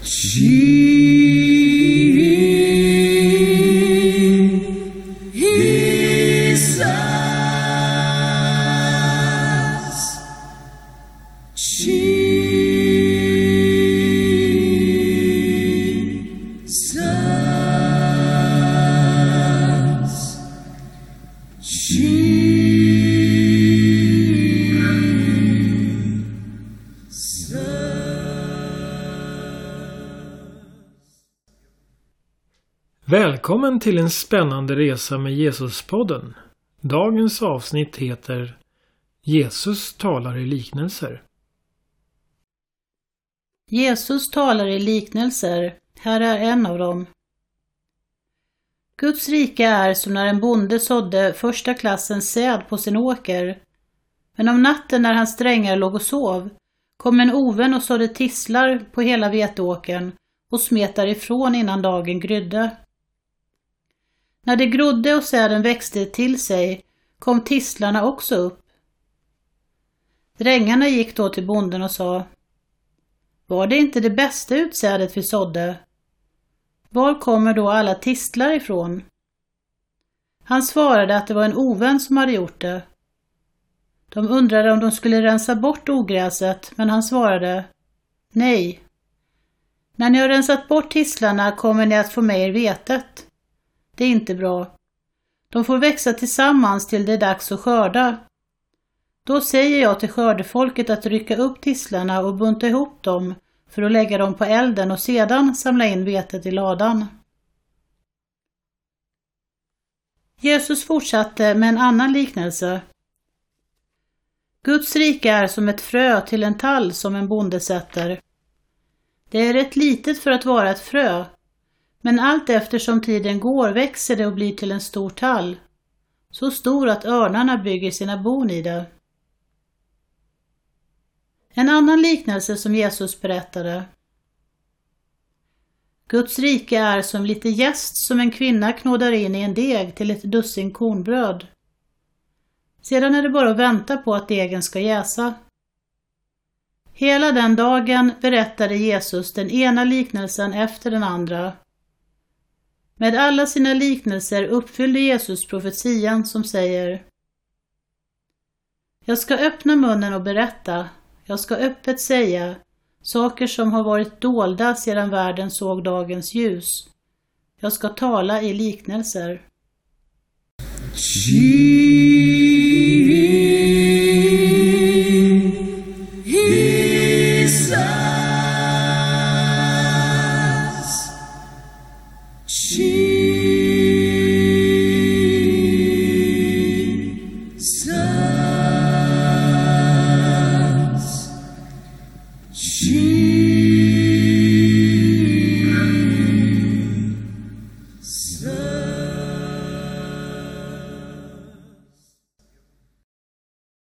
Välkommen till en spännande resa med Jesus-podden. Dagens avsnitt heter Jesus talar i liknelser. Jesus talar i liknelser. Här är en av dem. Guds rike är som när en bonde sådde första klassens säd på sin åker. Men om natten när hans drängar låg och sov kom en oven och sådde tistlar på hela veteåkern och smet därifrån innan dagen grydde. När det grodde och säden växte till sig kom tistlarna också upp. Drängarna gick då till bonden och sa: Var det inte det bästa utsädet vi sådde? Var kommer då alla tistlar ifrån? Han svarade att det var en oven som hade gjort det. De undrade om de skulle rensa bort ogräset, men han svarade: Nej. När ni har rensat bort tistlarna kommer ni att få med er vetet. Det är inte bra. De får växa tillsammans till det är dags att skörda. Då säger jag till skördefolket att rycka upp tistlarna och bunta ihop dem för att lägga dem på elden och sedan samla in vetet i ladan. Jesus fortsatte med en annan liknelse. Guds rike är som ett frö till en tall som en bonde sätter. Det är rätt litet för att vara ett frö, men allt eftersom tiden går växer det och blir till en stor tall, så stor att örnarna bygger sina bon i det. En annan liknelse som Jesus berättade. Guds rike är som lite jäst som en kvinna knådar in i en deg till ett dussin kornbröd. Sedan är det bara att vänta på att degen ska jäsa. Hela den dagen berättade Jesus den ena liknelsen efter den andra. Med alla sina liknelser uppfyllde Jesus profetian som säger: Jag ska öppna munnen och berätta, jag ska öppet säga saker som har varit dolda sedan världen såg dagens ljus. Jag ska tala i liknelser.